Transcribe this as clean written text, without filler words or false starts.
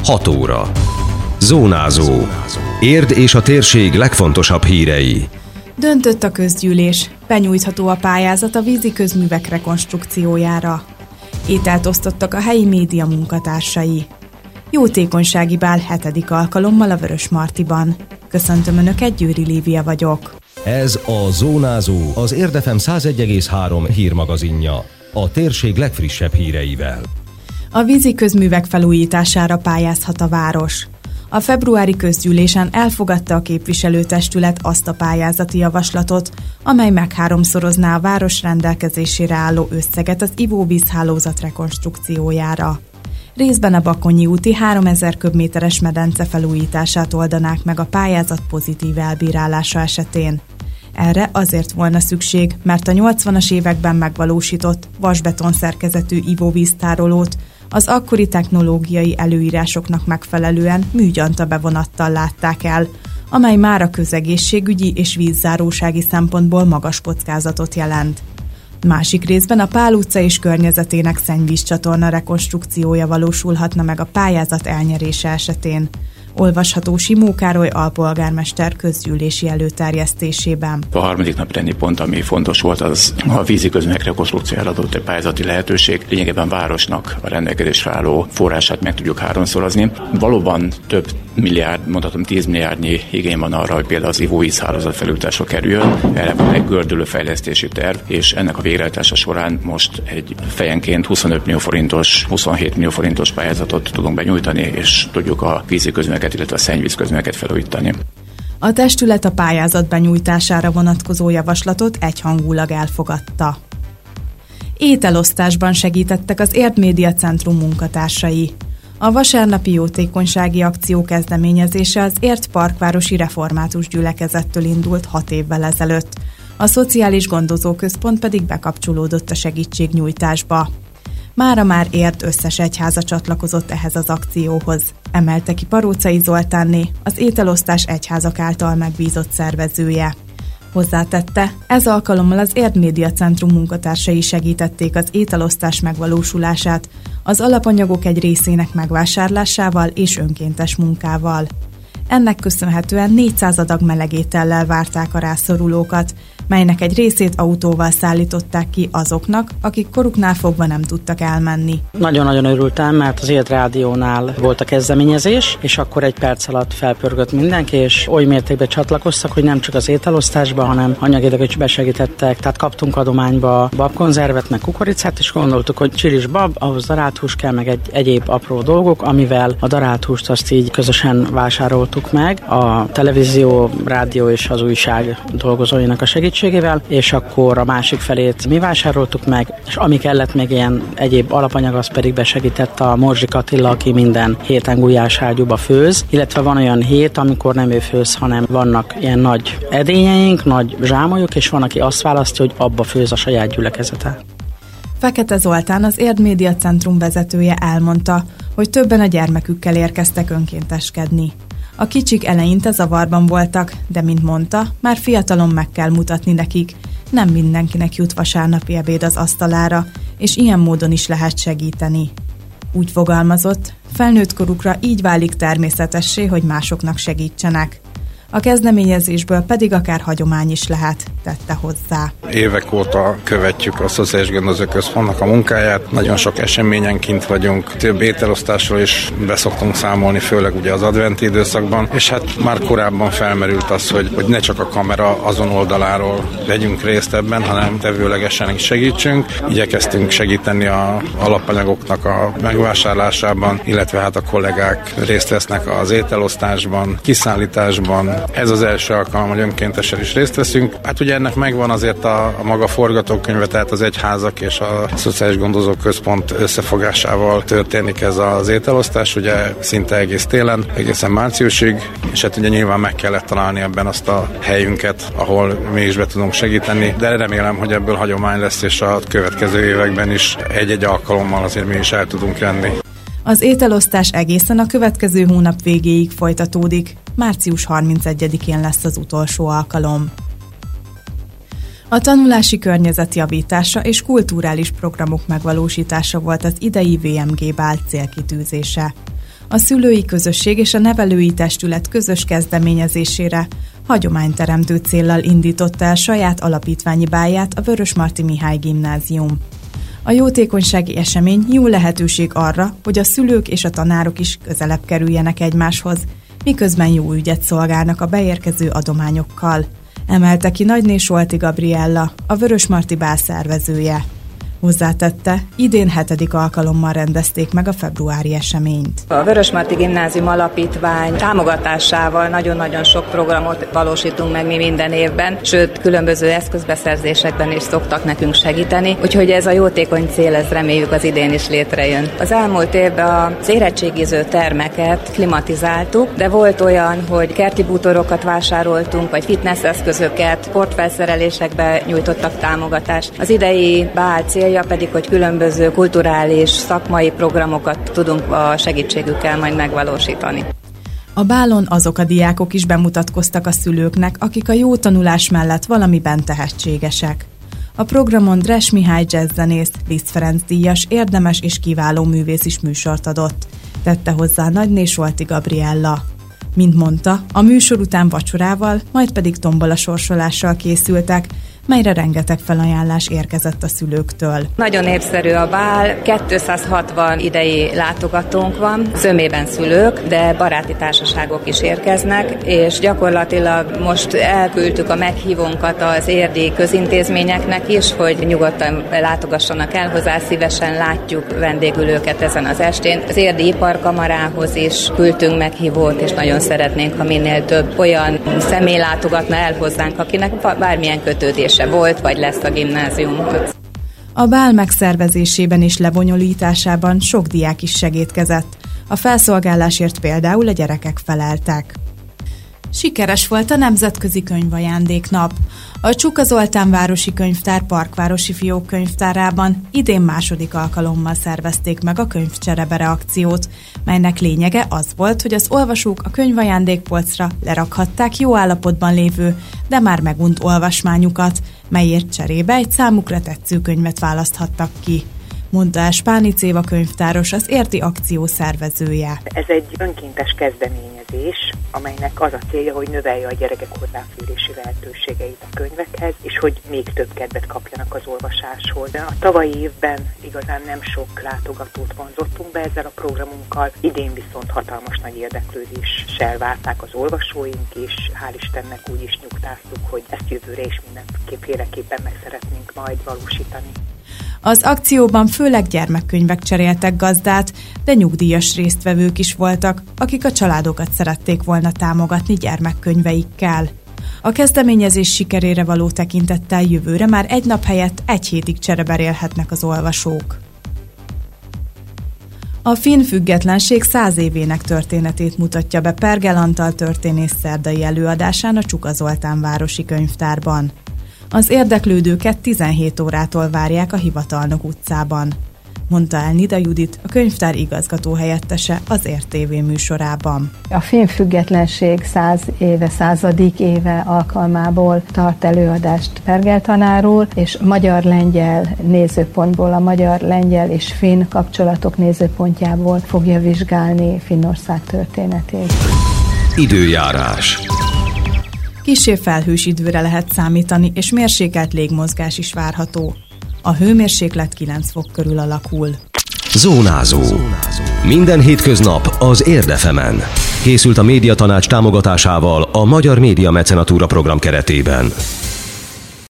6 óra. Zónázó. Érd és a térség legfontosabb hírei. Döntött a közgyűlés. Benyújtható a pályázat a vízi közművek rekonstrukciójára. Ételt osztottak a helyi média munkatársai. Jótékonysági bál 7. alkalommal a Vörösmartyban. Köszöntöm Önöket, Győri Lívia vagyok. Ez a Zónázó, az Érd FM 101,3 hírmagazinja. A térség legfrissebb híreivel. A vízi közművek felújítására pályázhat a város. A februári közgyűlésen elfogadta a képviselőtestület azt a pályázati javaslatot, amely megháromszorozná a város rendelkezésére álló összeget az ivóvízhálózat rekonstrukciójára. Részben a Bakonyi úti 3000 köbméteres medence felújítását oldanák meg a pályázat pozitív elbírálása esetén. Erre azért volna szükség, mert a 80-as években megvalósított vasbeton szerkezetű ivóvíztárolót az akkori technológiai előírásoknak megfelelően műgyanta bevonattal látták el, amely már a közegészségügyi és vízzárósági szempontból magas kockázatot jelent. Másik részben a Pál utca és környezetének szennyvízcsatorna rekonstrukciója valósulhatna meg a pályázat elnyerése esetén. Olvasható Simó Károly alpolgármester közgyűlési előterjesztésében. A harmadik napirendi pont, ami fontos volt, az a vízi közművek rekonstrukciójára adott egy pályázati lehetőség. Lényegében városnak a rendelkezésre álló forrását meg tudjuk háromszorozni. Valóban több milliárd, mondhatom 10 milliárdnyi igény van arra, hogy például az ivóvízhálózat felújításra kerüljön. Erre van egy gördülő fejlesztési terv, és ennek a végrehajtása során most egy fejenként 25 millió forintos, 27 millió forintos pályázatot tudunk benyújtani, és tudjuk a vízi közműveket, illetve a szennyvízközműveket felújítani. A testület a pályázat benyújtására vonatkozó javaslatot egyhangulag elfogadta. Ételosztásban segítettek az Érd Média Centrum munkatársai. A vasárnapi jótékonysági akció kezdeményezése az Érd Parkvárosi Református Gyülekezettől indult 6 évvel ezelőtt. A Szociális Gondozóközpont pedig bekapcsolódott a segítségnyújtásba. Mára már Érd összes egyháza csatlakozott ehhez az akcióhoz, emelte ki Parócai Zoltánné, az ételosztás egyházak által megbízott szervezője. Hozzátette, ez alkalommal az Érd Média Centrum munkatársai segítették az ételosztás megvalósulását, az alapanyagok egy részének megvásárlásával és önkéntes munkával. Ennek köszönhetően 400 adag melegétellel várták a rászorulókat, melynek egy részét autóval szállították ki azoknak, akik koruknál fogva nem tudtak elmenni. Nagyon-nagyon örültem, mert az Érd Rádiónál volt a kezdeményezés, és akkor egy perc alatt felpörgött mindenki, és oly mértékben csatlakoztak, hogy nem csak az ételosztásba, hanem anyagilag is besegítettek. Tehát kaptunk adományba babkonzervet, meg kukoricát, és gondoltuk, hogy csilis bab, ahhoz darált hús kell, meg egyéb apró dolgok, amivel a darált húst azt így közösen vásároltuk meg a televízió, rádió és az újság dolgozóinak a segítségével, és akkor a másik felét mi vásároltuk meg, és ami kellett még ilyen egyéb alapanyag, az pedig besegített a Morzsik Attila, aki minden héten gulyáságyúba főz, illetve van olyan hét, amikor nem ő főz, hanem vannak ilyen nagy edényeink, nagy zsámolyok, és van, aki azt választja, hogy abba főz a saját gyülekezete. Fekete Zoltán, az Érd Média Centrum vezetője elmondta, hogy többen a gyermekükkel érkeztek önkénteskedni. A kicsik eleinte zavarban voltak, de mint mondta, már fiatalon meg kell mutatni nekik, nem mindenkinek jut vasárnapi ebéd az asztalára, és ilyen módon is lehet segíteni. Úgy fogalmazott, felnőtt korukra így válik természetessé, hogy másoknak segítsenek. A kezdeményezésből pedig akár hagyomány is lehet, tette hozzá. Évek óta követjük a Szociális Gondozóközpontnak a munkáját, nagyon sok eseményen kint vagyunk, több ételosztásról is beszoktunk számolni, főleg ugye az adventi időszakban, és hát már korábban felmerült az, hogy ne csak a kamera azon oldaláról vegyünk részt ebben, hanem tevőlegesen is segítsünk. Igyekeztünk segíteni a alapanyagoknak a megvásárlásában, illetve hát a kollégák részt vesznek az ételosztásban, kiszállításban. Ez az első alkalom, hogy önkéntesen is részt veszünk. Hát ugye ennek megvan azért a maga forgatókönyve, tehát az egyházak és a Szociális Gondozóközpont összefogásával történik ez az ételosztás, ugye szinte egész télen, egészen márciusig, és hát ugye nyilván meg kellett találni ebben azt a helyünket, ahol mi is be tudunk segíteni, de remélem, hogy ebből hagyomány lesz, és a következő években is egy-egy alkalommal azért mi is el tudunk jönni. Az ételosztás egészen a következő hónap végéig folytatódik. Március 31-én lesz az utolsó alkalom. A tanulási környezet javítása és kulturális programok megvalósítása volt az idei VMG bál célkitűzése. A szülői közösség és a nevelői testület közös kezdeményezésére hagyományteremtő céllal indította el saját alapítványi bálját a Vörösmarty Mihály Gimnázium. A jótékonysági esemény jó lehetőség arra, hogy a szülők és a tanárok is közelebb kerüljenek egymáshoz, miközben jó ügyet szolgálnak a beérkező adományokkal, emelte ki Nagyné Solti Gabriella, a Vörösmarty bál szervezője. Hozzátette, idén 7. alkalommal rendezték meg a februári eseményt. A Vörösmarty Gimnázium Alapítvány támogatásával nagyon-nagyon sok programot valósítunk meg mi minden évben, sőt, különböző eszközbeszerzésekben is szoktak nekünk segíteni, úgyhogy ez a jótékony cél, ez reméljük az idén is létrejön. Az elmúlt évben az érettségiző termeket klimatizáltuk, de volt olyan, hogy kerti bútorokat vásároltunk, vagy fitness eszközöket, sportfelszerelésekbe nyújtottak támogatást. Az idei bál célja pedig, hogy különböző kulturális, szakmai programokat tudunk a segítségükkel majd megvalósítani. A bálon azok a diákok is bemutatkoztak a szülőknek, akik a jó tanulás mellett valamiben tehetségesek. A programon Dres Mihály jazzzenész, Liszt Ferenc díjas, érdemes és kiváló művész is műsort adott, tette hozzá Nagyné Solti Gabriella. Mint mondta, a műsor után vacsorával, majd pedig tombola sorsolással készültek, melyre rengeteg felajánlás érkezett a szülőktől. Nagyon népszerű a bál, 260 idei látogatónk van, zömében szülők, de baráti társaságok is érkeznek, és gyakorlatilag most elküldtük a meghívónkat az érdi közintézményeknek is, hogy nyugodtan látogassanak el hozzá, szívesen látjuk vendégül őket ezen az estén. Az érdi iparkamarához is küldtünk meghívót, és nagyon szeretnénk, ha minél több olyan személy látogatna el hozzánk, akinek bármilyen kötődése volt, vagy lesz a gimnáziumhoz. A bál megszervezésében és lebonyolításában sok diák is segítkezett. A felszolgálásért például a gyerekek feleltek. Sikeres volt a Nemzetközi Könyvajándéknap. A Csuka Zoltán városi könyvtár Parkvárosi Fiókkönyvtárában idén 2. alkalommal szervezték meg a könyvcserebere akciót, melynek lényege az volt, hogy az olvasók a könyvajándékpolcra lerakhatták jó állapotban lévő, de már megunt olvasmányukat, melyért cserébe egy számukra tetsző könyvet választhattak ki, mondta el Spánic Éva könyvtáros, az érti akció szervezője. Ez egy önkéntes kezdeményezés, amelynek az a célja, hogy növelje a gyerekek hozzáférési lehetőségeit a könyvekhez, és hogy még több kedvet kapjanak az olvasáshoz. A tavalyi évben igazán nem sok látogatót vonzottunk be ezzel a programunkkal, idén viszont hatalmas nagy érdeklődéssel várták az olvasóink, és hál' Istennek úgy is nyugtáztuk, hogy ezt jövőre is mindenképpen meg szeretnénk majd valósítani. Az akcióban főleg gyermekkönyvek cseréltek gazdát, de nyugdíjas résztvevők is voltak, akik a családokat szerették volna támogatni gyermekkönyveikkel. A kezdeményezés sikerére való tekintettel jövőre már egy nap helyett 1 hétig csereberélhetnek az olvasók. A finn függetlenség 100 évének történetét mutatja be Pergel Antal történész szerdai előadásán a Csuka Zoltán városi könyvtárban. Az érdeklődőket 17 órától várják a Hivatalnok utcában, mondta el Nida Judit, a könyvtár igazgatóhelyettese az RTV műsorában. A finn függetlenség 100 éve alkalmából tart előadást Pergel tanár úr, és magyar-lengyel nézőpontból, a magyar-lengyel és finn kapcsolatok nézőpontjából fogja vizsgálni Finnország történetét. Időjárás. Kissé felhős időre lehet számítani, és mérsékelt légmozgás is várható. A hőmérséklet 9 fok körül alakul. Zónázó. Minden hétköznap az Érd FM-en. Készült a Médiatanács támogatásával a Magyar Média Mecenatúra program keretében.